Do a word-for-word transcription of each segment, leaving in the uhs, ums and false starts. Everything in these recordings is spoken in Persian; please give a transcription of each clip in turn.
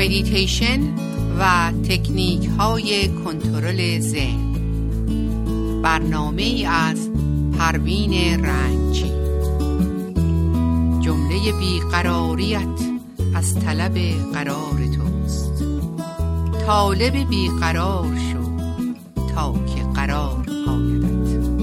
مدیتیشن و تکنیک های کنترل ذهن. برنامه از پروین رنجی. جمله بیقراریت از طلب قرار توست. طالب بیقرار شو تا که قرار آیدت.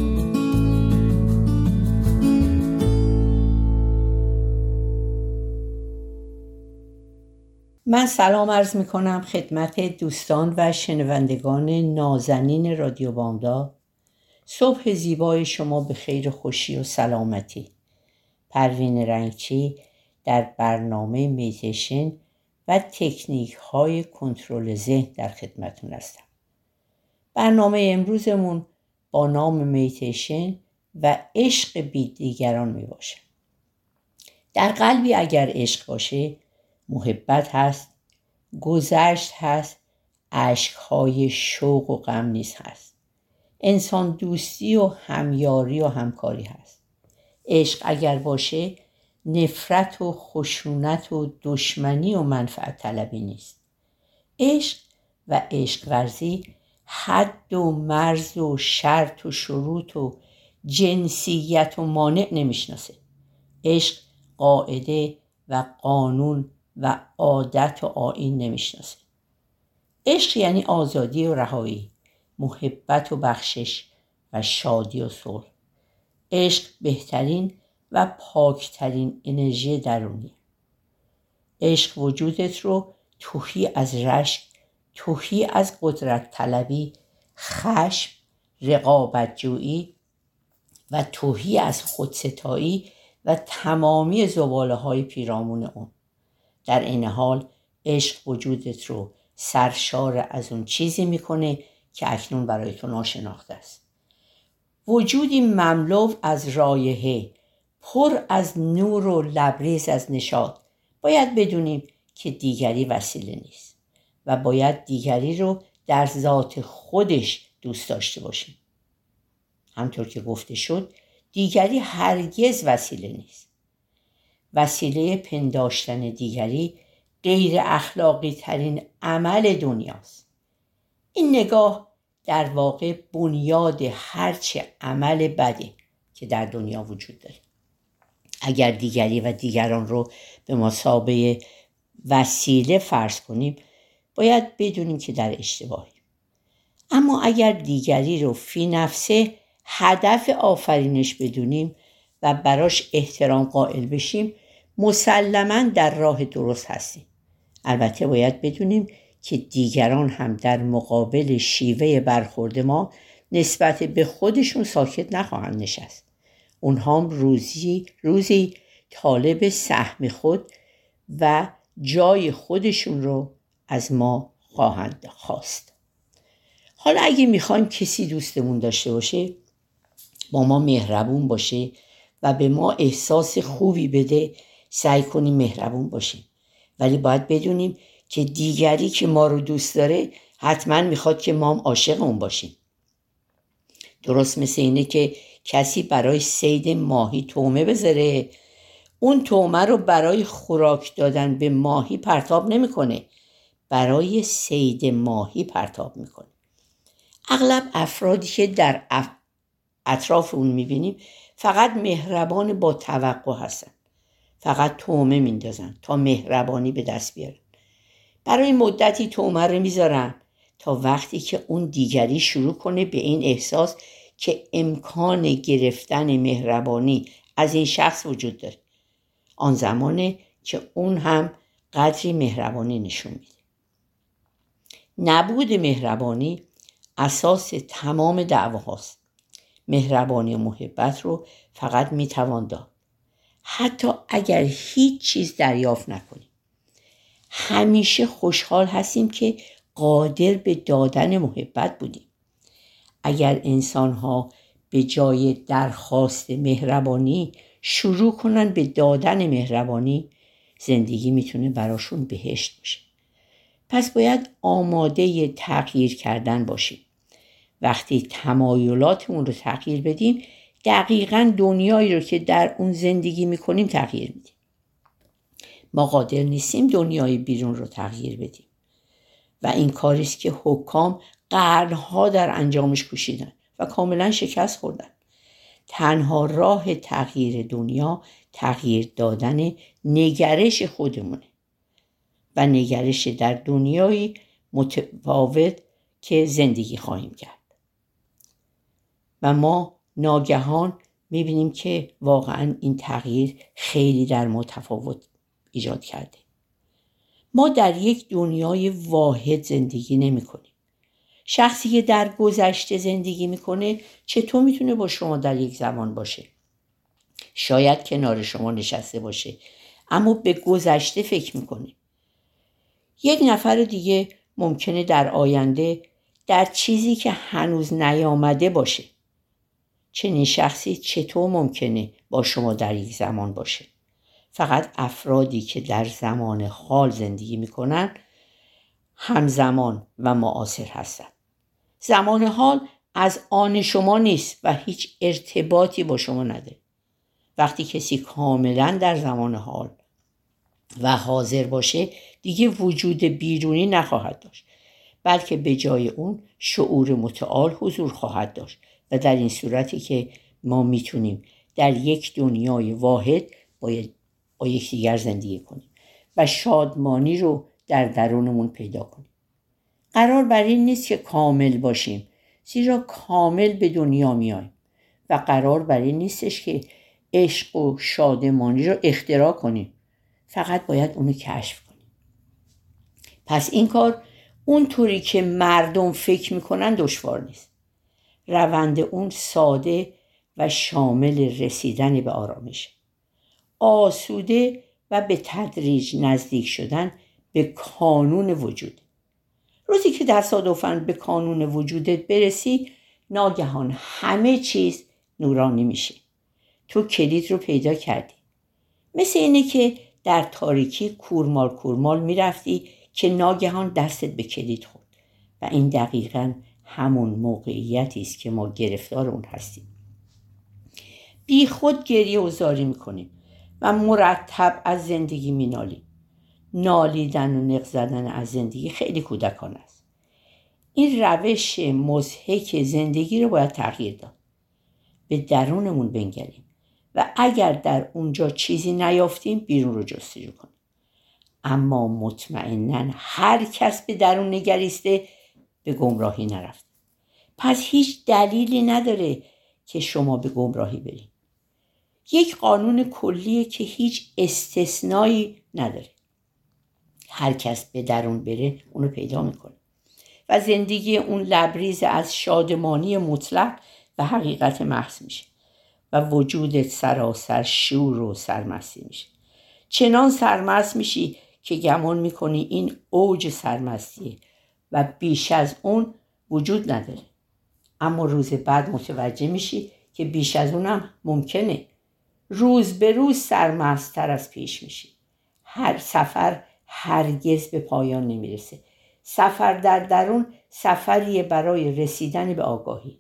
من سلام عرض می کنم خدمت دوستان و شنوندگان نازنین رادیو بامداد. صبح زیبای شما به خیر و خوشی و سلامتی. پروین رنگچی در برنامه مدیتیشن و تکنیک های کنترل ذهن در خدمتون هستم. برنامه امروزمون با نام مدیتیشن و عشق بی دیگران می باشه. در قلبی اگر عشق باشه، محبت هست، گذشت هست، اشک‌های شوق و غم نیز هست. انسان دوستی و همیاری و همکاری هست. عشق اگر باشه، نفرت و خشونت و دشمنی و منفعت طلبی نیست. عشق و عشق ورزی حد و مرز و شرط و شروط و جنسیت و مانع نمیشناسه. عشق قاعده و قانون و عادت و آیین نمیشناسه. عشق یعنی آزادی و رهایی، محبت و بخشش و شادی و صلح. عشق بهترین و پاکترین انرژی درونی. عشق وجودت رو تهی از رشک، تهی از قدرت طلبی، خشم، رقابت جویی و تهی از خودستایی و تمامی زباله های پیرامون اون. در این حال عشق وجودت رو سرشار از اون چیزی میکنه که اکنون برای تو ناشناخته است. وجودی مملو از رایحه، پر از نور و لبریز از نشاط. باید بدونیم که دیگری وسیله نیست و باید دیگری رو در ذات خودش دوست داشته باشیم. همطور که گفته شد، دیگری هرگز وسیله نیست. وسیله پنداشتن دیگری غیر اخلاقی ترین عمل دنیاست. این نگاه در واقع بنیاد هرچه عمل بده که در دنیا وجود داره. اگر دیگری و دیگران رو به مثابه وسیله فرض کنیم، باید بدونیم که در اشتباهیم. اما اگر دیگری رو فی نفسه هدف آفرینش بدونیم و براش احترام قائل بشیم، مسلماً در راه درست هستیم. البته باید بدونیم که دیگران هم در مقابل شیوه برخورد ما نسبت به خودشون ساکت نخواهند نشست. اونها هم روزی روزی طالب سهم خود و جای خودشون رو از ما خواهند خواست. حالا اگه میخوایم کسی دوستمون داشته باشه، با ما مهربون باشه و به ما احساس خوبی بده، سعی کنیم مهربون باشیم. ولی باید بدونیم که دیگری که ما رو دوست داره حتما میخواد که ما هم عاشق اون باشیم. درست مثل اینه که کسی برای صید ماهی طعمه بذاره، اون طعمه رو برای خوراک دادن به ماهی پرتاب نمیکنه، برای صید ماهی پرتاب میکنه. اغلب افرادی که در اطراف اون میبینیم فقط مهربان با توقع هستن. فقط طعمه میندازن تا مهربانی به دست بیارن. برای مدتی طعمه رو میذارن تا وقتی که اون دیگری شروع کنه به این احساس که امکان گرفتن مهربانی از این شخص وجود داره، آن زمانه که اون هم قدری مهربانی نشون میده. نبود مهربانی اساس تمام دعواهاست. مهربانی و محبت رو فقط میتوان داد، حتی اگر هیچ چیز دریافت نکنیم. همیشه خوشحال هستیم که قادر به دادن محبت بودیم. اگر انسان‌ها به جای درخواست مهربانی شروع کنن به دادن مهربانی، زندگی میتونه براشون بهشت باشه. پس باید آماده تغییر کردن باشیم. وقتی تمایلاتمون رو تغییر بدیم، دقیقاً دنیایی رو که در اون زندگی میکنیم تغییر میدیم. ما قادر نیستیم دنیای بیرون رو تغییر بدیم و این کاری است که حکام قرنها در انجامش کوشیدن و کاملا شکست خوردن. تنها راه تغییر دنیا تغییر دادن نگرش خودمونه و نگرش در دنیایی متفاوت که زندگی خواهیم کرد. و ما ناگهان میبینیم که واقعا این تغییر خیلی در ما تفاوت ایجاد کرده. ما در یک دنیای واحد زندگی نمی کنیم. شخصی که در گذشته زندگی میکنه چطور میتونه با شما در یک زمان باشه؟ شاید کنار شما نشسته باشه اما به گذشته فکر میکنه. یک نفر دیگه ممکنه در آینده در چیزی که هنوز نیامده باشه. چنین شخصی چطور ممکنه با شما در یک زمان باشه؟ فقط افرادی که در زمان حال زندگی میکنن همزمان و معاصر هستند. زمان حال از آن شما نیست و هیچ ارتباطی با شما نداره. وقتی کسی کاملا در زمان حال و حاضر باشه دیگه وجود بیرونی نخواهد داشت، بلکه به جای اون شعور متعال حضور خواهد داشت و در این صورتی که ما میتونیم در یک دنیای واحد باید با یکدیگر زندگی کنیم و شادمانی رو در درونمون پیدا کنیم. قرار بر این نیست که کامل باشیم، زیرا کامل به دنیا میایم و قرار بر این نیستش که عشق و شادمانی رو اختراع کنیم، فقط باید اونو کشف کنیم. پس این کار اونطوری که مردم فکر میکنن دشوار نیست. روند اون ساده و شامل رسیدن به آرامش، آسوده و به تدریج نزدیک شدن به کانون وجود. روزی که تصادفاً به کانون وجودت برسی، ناگهان همه چیز نورانی میشه. تو کلید رو پیدا کردی. مثل اینه که در تاریکی کورمال کورمال میرفتی که ناگهان دستت به کلید خورد و این دقیقاً همون موقعیتی است که ما گرفتار اون هستیم. بی خود گریه و زاری میکنیم و مرتب از زندگی مینالیم. نالیدن و نق زدن از زندگی خیلی کودکانه است. این روش مضحک زندگی رو باید تغییر داد. به درونمون بنگریم و اگر در اونجا چیزی نیافتیم بیرون رو جستجو کنیم. اما مطمئناً هر کس به درون نگریسته به گمراهی نرفت. پس هیچ دلیلی نداره که شما به گمراهی برید. یک قانون کلیه که هیچ استثنایی نداره. هر کس به درون بره اونو پیدا میکنه و زندگی اون لبریز از شادمانی مطلق و حقیقت محض میشه و وجودت سراسر شور و سرمستی میشه. چنان سرمست میشی که گمان میکنی این اوج سرمستیه و بیش از اون وجود نداره. اما روز بعد متوجه میشی که بیش از اونم ممکنه. روز به روز سرمست‌تر از پیش میشی. هر سفر هرگز به پایان نمیرسه. سفر در درون سفریه برای رسیدن به آگاهی.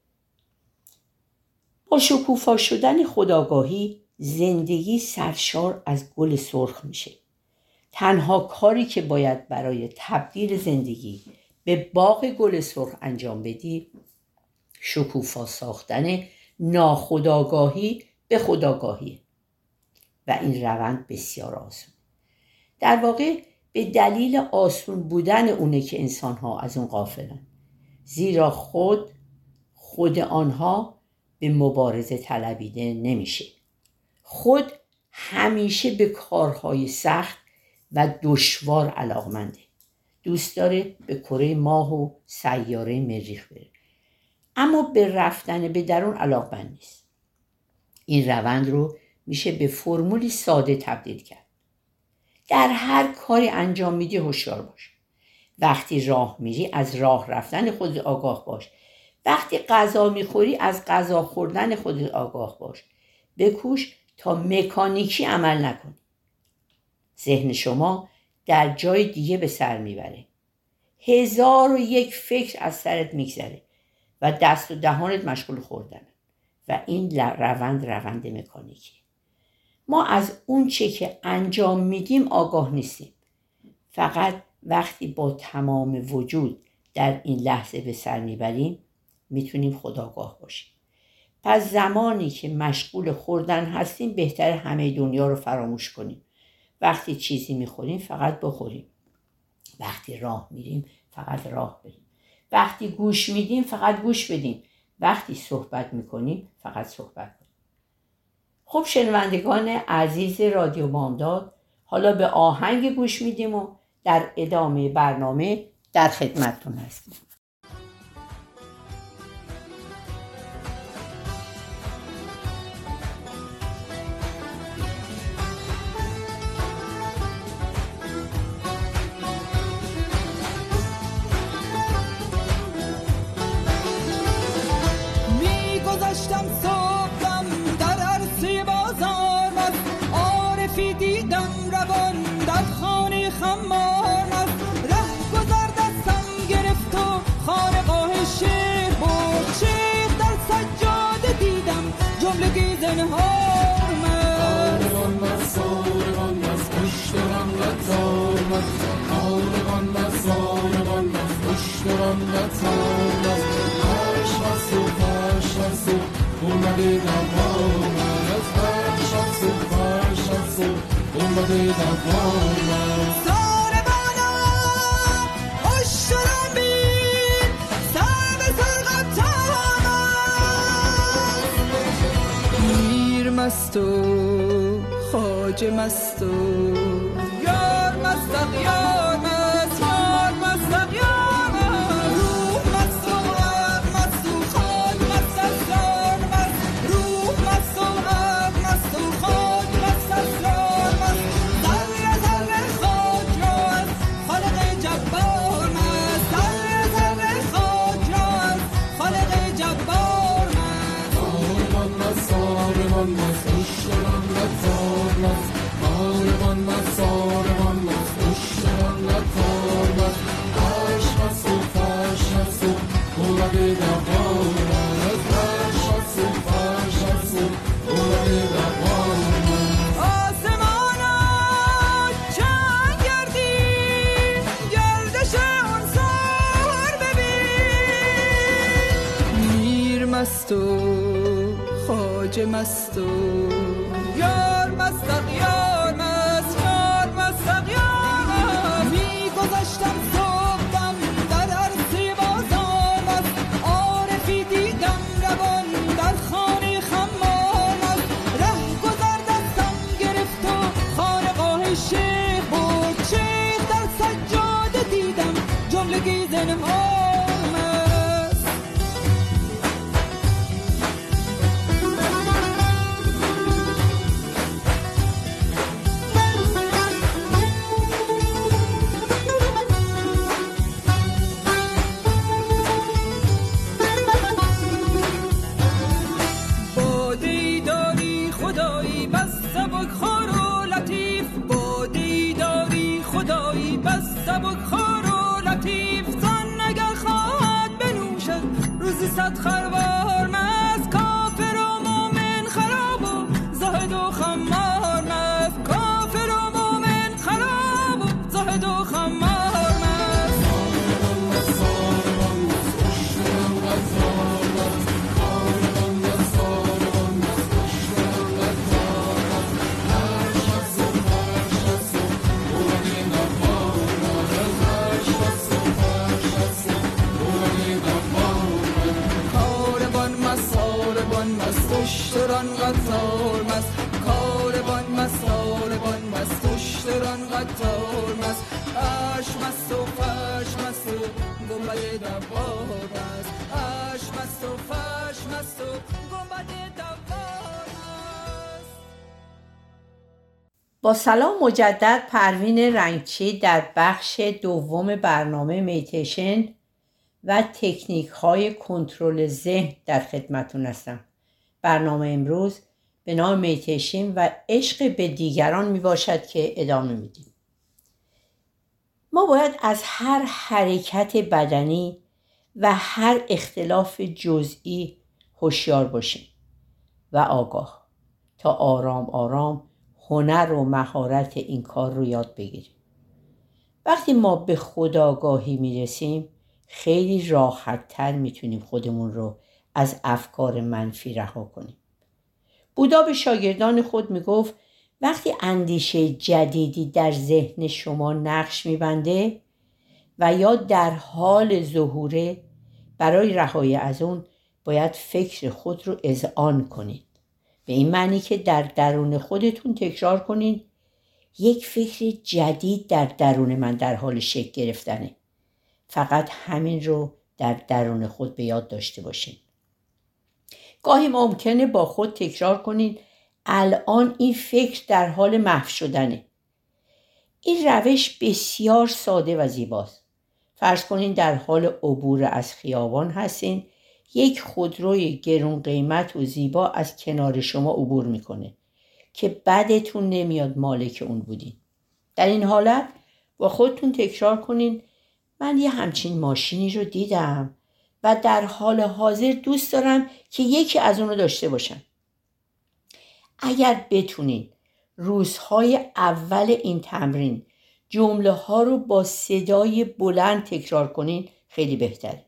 با شکوفا شدن خودآگاهی زندگی سرشار از گل سرخ میشه. تنها کاری که باید برای تبدیل زندگی به باغ گل سرخ انجام بدی شکوفا ساختن ناخودآگاهی به خودآگاهی و این روند بسیار آسون. در واقع به دلیل آسون بودن اونه که انسان‌ها از اون غافلن، زیرا خود خود آنها به مبارزه طلبیده نمیشه. خود همیشه به کارهای سخت و دشوار علاقمنده. دوست داره به کره ماه و سیاره مریخ بره، اما به رفتن به درون علاقمند نیست. این روند رو میشه به فرمولی ساده تبدیل کرد. در هر کاری انجام میدی هوشیار باش. وقتی راه میری از راه رفتن خودت آگاه باش. وقتی غذا میخوری از غذا خوردن خودت آگاه باش. بکوش تا مکانیکی عمل نکنی. ذهن شما در جای دیگه به سر میبره. هزار و یک فکر از سرت میگذره و دست و دهانت مشغول خوردن و این روند روند مکانیکی. ما از اون چه که انجام میدیم آگاه نیستیم. فقط وقتی با تمام وجود در این لحظه به سر میبریم میتونیم خودآگاه باشیم. پس زمانی که مشغول خوردن هستیم بهتر همه دنیا رو فراموش کنیم. وقتی چیزی میخوریم فقط بخوریم. وقتی راه میریم فقط راه بریم. وقتی گوش میدیم فقط گوش بدیم. وقتی صحبت میکنیم فقط صحبت کنیم. خب شنوندگان عزیز رادیو بامداد، حالا به آهنگ گوش میدیم و در ادامه برنامه در خدمتتون هستیم. میگذشتم صبحم در عرصه بازار مست، عارفی دیدم روان در خانه خمار مست. ره گذر دستم گرفت و خانقاه شعر برد، شیخ در سجاده دیدم جملگی زنهار مست. آرغان مست آرغان مست پشت رم قطار مست، آرغان مست آرغان مست پشت رم قطار مست. هرش مست و فرش مست و اومده دوار مست، هرش مست و فرش مست و اومده دوار مست. مست و خواجه مست و یار مست یار مست یار مست یار مست. روح مست و عقل مست و خاک مست اسرار مست، روح مست و عقل مست و خاک مست اسرار مست. ذره ذره خاک را از خالق جبار مست، ذره ذره خاک را از خالق جبار مست. آرغان مست آرغان مست پشت رم قطار مست، آرغان مست آرغان مست پشت رم قطار مست. هرش مست و فرش مست و اومده دوار مست، هرش مست و فرش مست و اومده دوار مست. آسمانا چند گردی گردش آن سر ببین. میر مست و خواجه مست و یار مست یار مست یار مست یار مست. میگذشتم صبحم در عرصه بازار مست، عارفی دیدم روان در خانه خمار مست. ره گذر دستم گرفت و خانقاه شیخ برد، شیخ در سجاده دیدم جملگی زنهار مست. بادی داری خدایی بس سبک خور و لطیف، بادی داری خدایی بس سبک خور و لطیف. زن اگر خواهد بنوشد روزی صد خروار مست، کافر و مومن خراب و زاهد و خمار مست، کافر و مومن خراب و زاهد و خمار مست. آرغان مست آرغان مست پشت رم قطار مست، آرغان مست آرغان مست پشت رم قطار مست. هرش مست و فرش مست و اومده دوار مست، هرش مست و فرش مست و اومده دوار مست. کاروان مست کاروان مست اشتران قطار مست، کاروان مست کاروان مست اشتران قطار مست. اش مست و فش مست و گنبد دوار مست، اش مست و فش مست و گنبد دوار مست. با سلام مجدد، پروین رنگچی در بخش دوم برنامه میتیشن و تکنیک های کنترل ذهن در خدمتون هستم. برنامه امروز به نام میتیشن و عشق به دیگران می باشد که ادامه میدیم. ما باید از هر حرکت بدنی و هر اختلاف جزئی هوشیار باشیم و آگاه تا آرام آرام هنر و مهارت این کار رو یاد بگیریم. وقتی ما به خودآگاهی میرسیم خیلی راحت‌تر میتونیم خودمون رو از افکار منفی رها کنیم. بودا به شاگردان خود میگفت وقتی اندیشه جدیدی در ذهن شما نقش میبنده و یا در حال ظهوره، برای رهایی از اون باید فکر خود رو اذعان کنید. به این معنی که در درون خودتون تکرار کنید یک فکر جدید در درون من در حال شکل گرفتنه. فقط همین رو در درون خود به یاد داشته باشید. گاهی ممکنه با خود تکرار کنید الان این فکر در حال محو شدنه. این روش بسیار ساده و زیباست. فرض کنین در حال عبور از خیابان هستین، یک خودروی گرون قیمت و زیبا از کنار شما عبور میکنه که بدتون نمیاد مالک اون بودین. در این حالت با خودتون تکرار کنین من یه همچین ماشینی رو دیدم و در حال حاضر دوست دارم که یکی از اون رو داشته باشم. اگر بتونین روزهای اول این تمرین جمله ها رو با صدای بلند تکرار کنین خیلی بهتره.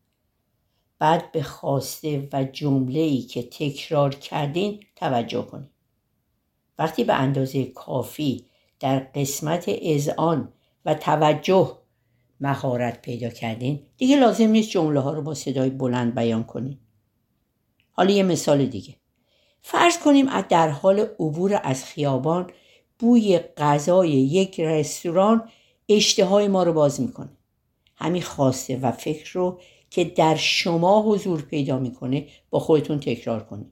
بعد به خواسته و جمله‌ای که تکرار کردین توجه کنین. وقتی به اندازه کافی در قسمت اذعان و توجه مهارت پیدا کردین دیگه لازم نیست جمله ها رو با صدای بلند بیان کنین. حالا یه مثال دیگه. فرض کنیم در حال عبور از خیابان بوی غذای یک رستوران اشتهای ما رو باز میکنه. همین خواسته و فکر رو که در شما حضور پیدا میکنه با خودتون تکرار کنید.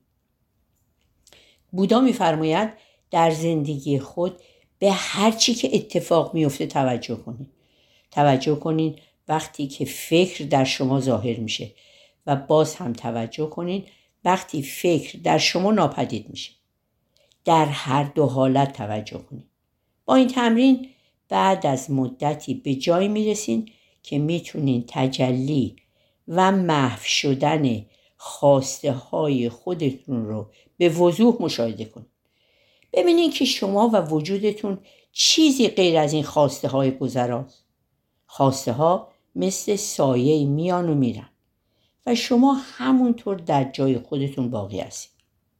بودا میفرماید در زندگی خود به هر چی که اتفاق میفته توجه کنید. توجه کنید وقتی که فکر در شما ظاهر میشه و باز هم توجه کنید وقتی فکر در شما ناپدید میشه. در هر دو حالت توجه کنید. با این تمرین بعد از مدتی به جایی میرسین که میتونین تجلی و محو شدن خواسته های خودتون رو به وضوح مشاهده کنید. ببینین که شما و وجودتون چیزی غیر از این خواسته های گذراست. خواسته ها مثل سایه میان و میرن و شما همونطور در جای خودتون باقی هستید.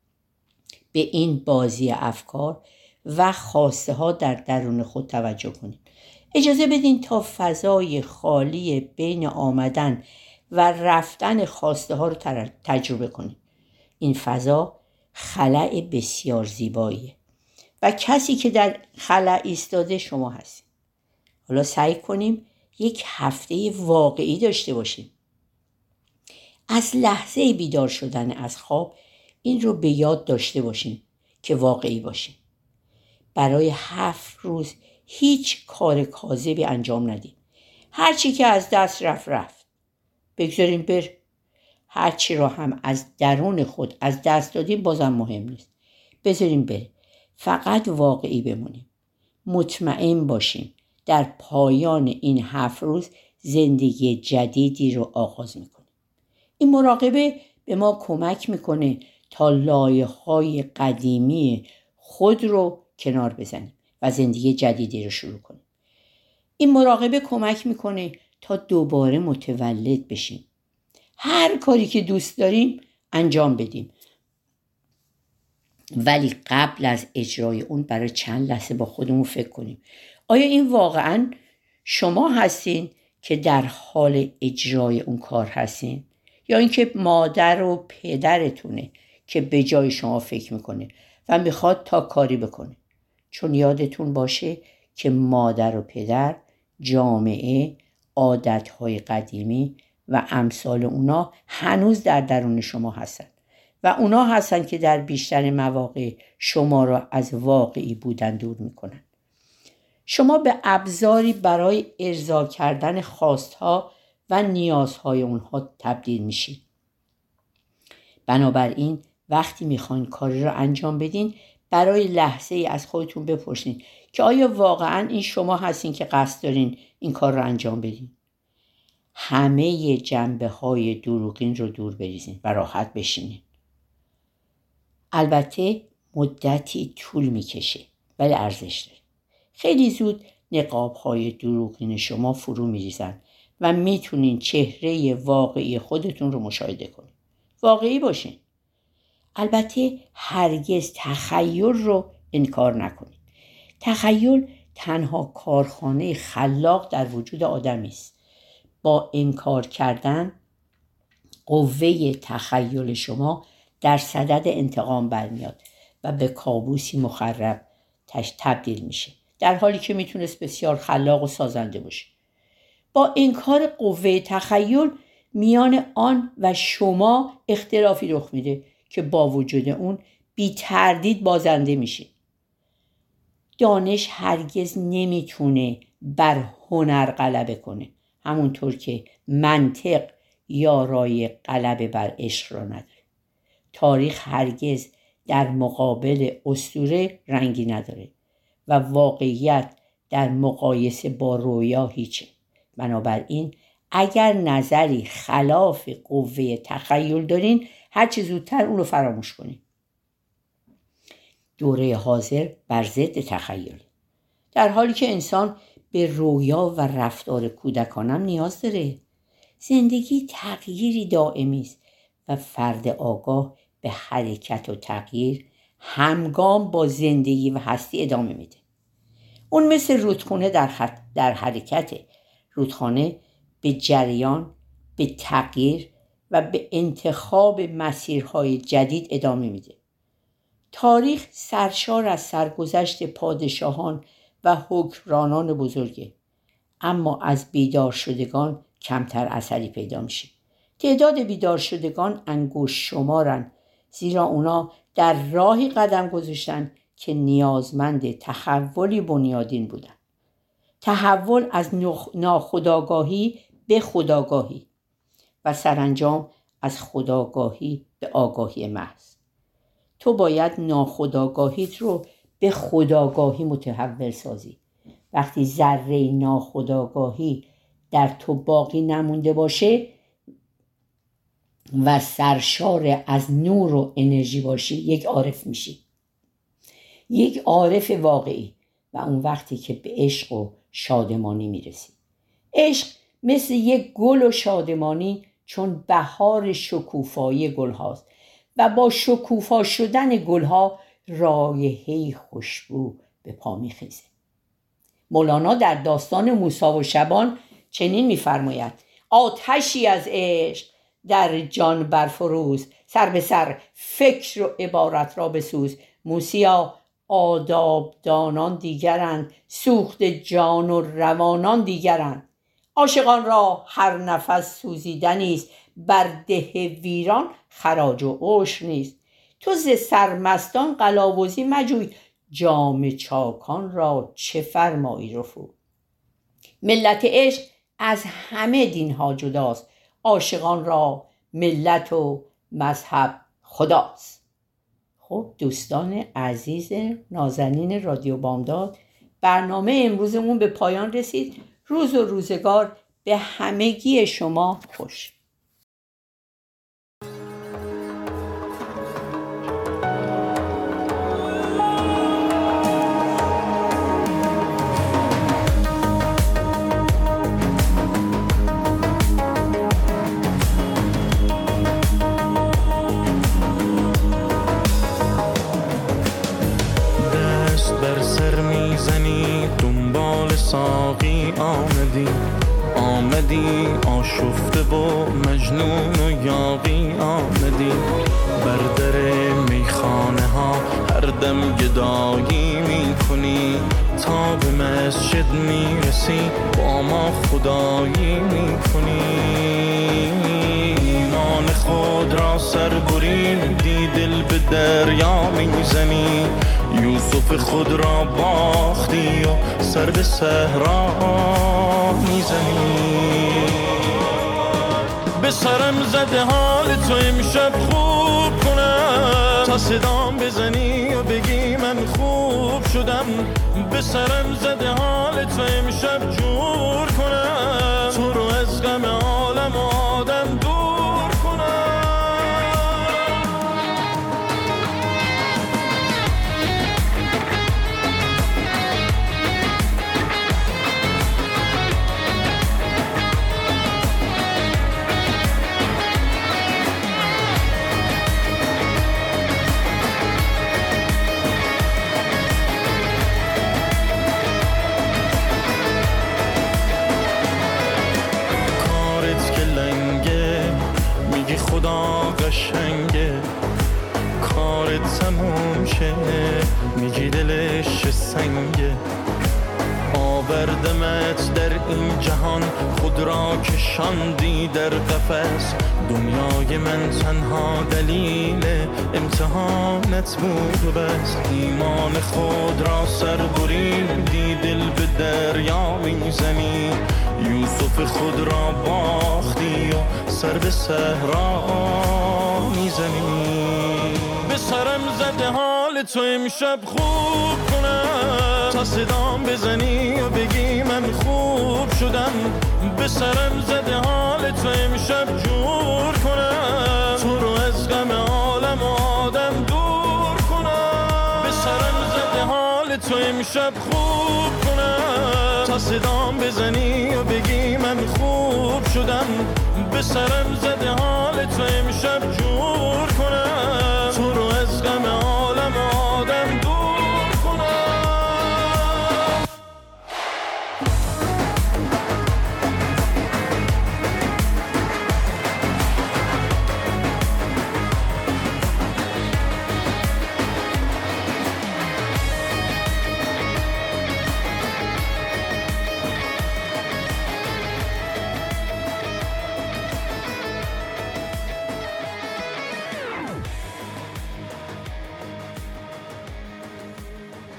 به این بازی افکار و خواسته ها در درون خود توجه کنید. اجازه بدین تا فضای خالی بین آمدن و رفتن خواسته ها رو تجربه کنید. این فضا خلأ بسیار زیباییه و کسی که در خلأ ایستاده شما هستید. حالا سعی کنیم یک هفته واقعی داشته باشیم. از لحظه بیدار شدن از خواب این رو به یاد داشته باشیم که واقعی باشیم. برای هفت روز هیچ کار کاذبی انجام ندیم. هر چی که از دست رفت رفت. بگذاریم بر. هر چی را هم از درون خود از دست دادیم بازم مهم نیست. بذاریم بره. فقط واقعی بمونیم. مطمئن باشیم در پایان این هفت روز زندگی جدیدی رو آغاز میکنیم. این مراقبه به ما کمک میکنه تا لایه‌های قدیمی خود رو کنار بزنیم و زندگی جدیدی رو شروع کنیم. این مراقبه کمک میکنه تا دوباره متولد بشیم. هر کاری که دوست داریم انجام بدیم. ولی قبل از اجرای اون برای چند لحظه با خودمون فکر کنیم. آیا این واقعاً شما هستین که در حال اجرای اون کار هستین؟ یا اینکه مادر و پدرتونه که به جای شما فکر میکنه و میخواد تا کاری بکنه؟ چون یادتون باشه که مادر و پدر، جامعه، عادتهای قدیمی و امثال اونا هنوز در درون شما هستن و اونا هستن که در بیشتر مواقع شما را از واقعی بودن دور میکنن. شما به ابزاری برای ارضا کردن خواستها و نیازهای اونها تبدیل میشید. بنابراین وقتی میخواین کاری رو انجام بدین برای لحظه ای از خودتون بپرسین که آیا واقعا این شما هستین که قصد دارین این کار رو انجام بدین؟ همه جنبه های دروغین رو دور بریزین و راحت بشینین. البته مدتی طول میکشه ولی ارزش داره. خیلی زود نقاب‌های دروغین شما فرو می‌ریزن و میتونین چهره واقعی خودتون رو مشاهده کنین. واقعی باشین. البته هرگز تخیل رو انکار نکنید. تخیل تنها کارخانه خلاق در وجود آدمی است. با انکار کردن قوه تخیل شما در صدد انتقام برمیاد و به کابوسی مخرب تبدیل میشه، در حالی که میتونست بسیار خلاق و سازنده باشه. با انکار قوه تخیل میان آن و شما اختلافی رخ میده که با وجود اون بی تردید بازنده میشه. دانش هرگز نمیتونه بر هنر غلبه کنه، همونطور که منطق یارای غلبه بر عشق را نداره. تاریخ هرگز در مقابل اسطوره رنگی نداره و واقعیت در مقایسه با رویا هیچه. بنابراین اگر نظری خلاف قوه تخیل دارین، هرچی زودتر اون رو فراموش کنین. دوره حاضر بر ضد تخیل، در حالی که انسان به رویا و رفتار کودکانم نیاز داره. زندگی تغییری دائمی است و فرد آگاه به حرکت و تغییر همگام با زندگی و هستی ادامه میده. اون مثل رودخونه در, خط در حرکته. رودخانه به جریان، به تغییر و به انتخاب مسیرهای جدید ادامه میده. تاریخ سرشار از سرگذشت پادشاهان و حکمرانان بزرگه، اما از بیدار شدگان کمتر اثری پیدا میشه. تعداد بیدار شدگان انگشت شمارن، زیرا اونا در راهی قدم گذاشتن که نیازمند تحولی بنیادین بودن. تحول از ناخودآگاهی به خودآگاهی و سرانجام از خودآگاهی به آگاهی محض. تو باید ناخودآگاهیت رو به خودآگاهی متحول سازی. وقتی ذره ناخودآگاهی در تو باقی نمونده باشه و سرشار از نور و انرژی باشی، یک عارف میشی، یک عارف واقعی، و اون وقتی که به عشق و شادمانی میرسی. عشق مثل یک گل و شادمانی چون بهار شکوفایی گل هاست و با شکوفا شدن گل ها رایحه‌ای خوشبو به پا میخیزه. مولانا در داستان موسی و شبان چنین میفرماید: آتشی از عشق در جان برفروز، سر به سر فکر و عبارت را بسوز. موسیا آداب دانان دیگرند، سوخت جان و روانان دیگرند. عاشقان را هر نفس سوزیدنی است، بر ده ویران خراج و عشر نیست. تو ز سرمستان قلاوزی مجوی، جام چاکان را چه فرمایی رفو. ملت عشق از همه دینها جداست، عاشقان را ملت و مذهب خداست. خب دوستان عزیز نازنین رادیو بامداد، برنامه امروزمون به پایان رسید. روز و روزگار به همگی شما خوش. ساقی آمدی آمدی آشفته و مجنون و یاغی آمدی. بر در میخانه ها هر دم گدایی می کنی، تا به مسجد می رسی با ما خدایی می کنی. ایمان خود را سر بریدی، دل به دریا می زنی. یوسف خود را باختی و سر به صحرا میزنی. به سرم زده حال تو امشب خوب کنم، تا صدام بزنی و بگی من خوب شدم. به سرم زده حال تو امشب جور کنم، تو رو از غم عالم و آدم دور کنم. آوردمت در این جهان، خود را کشاندی در قفس. دنیای من تنها دلیل امتحانت بود بس. ایمان خود را سر بریدی، دل به دریا میزنی. یوسف خود را باختی و سر به صحرا میزنی. به سرم زده حال تو امشب خوب کنم، تا صدام بزنی و بگی من خوب شدم. به سرم زده حال تو امشب جور کنم، تو رو از غم عالم و آدم دور کنم. به سرم زده حال تو امشب خوب کنم، تا صدام بزنی و بگی من خوب شدم. به سرم زده حال تو امشب جور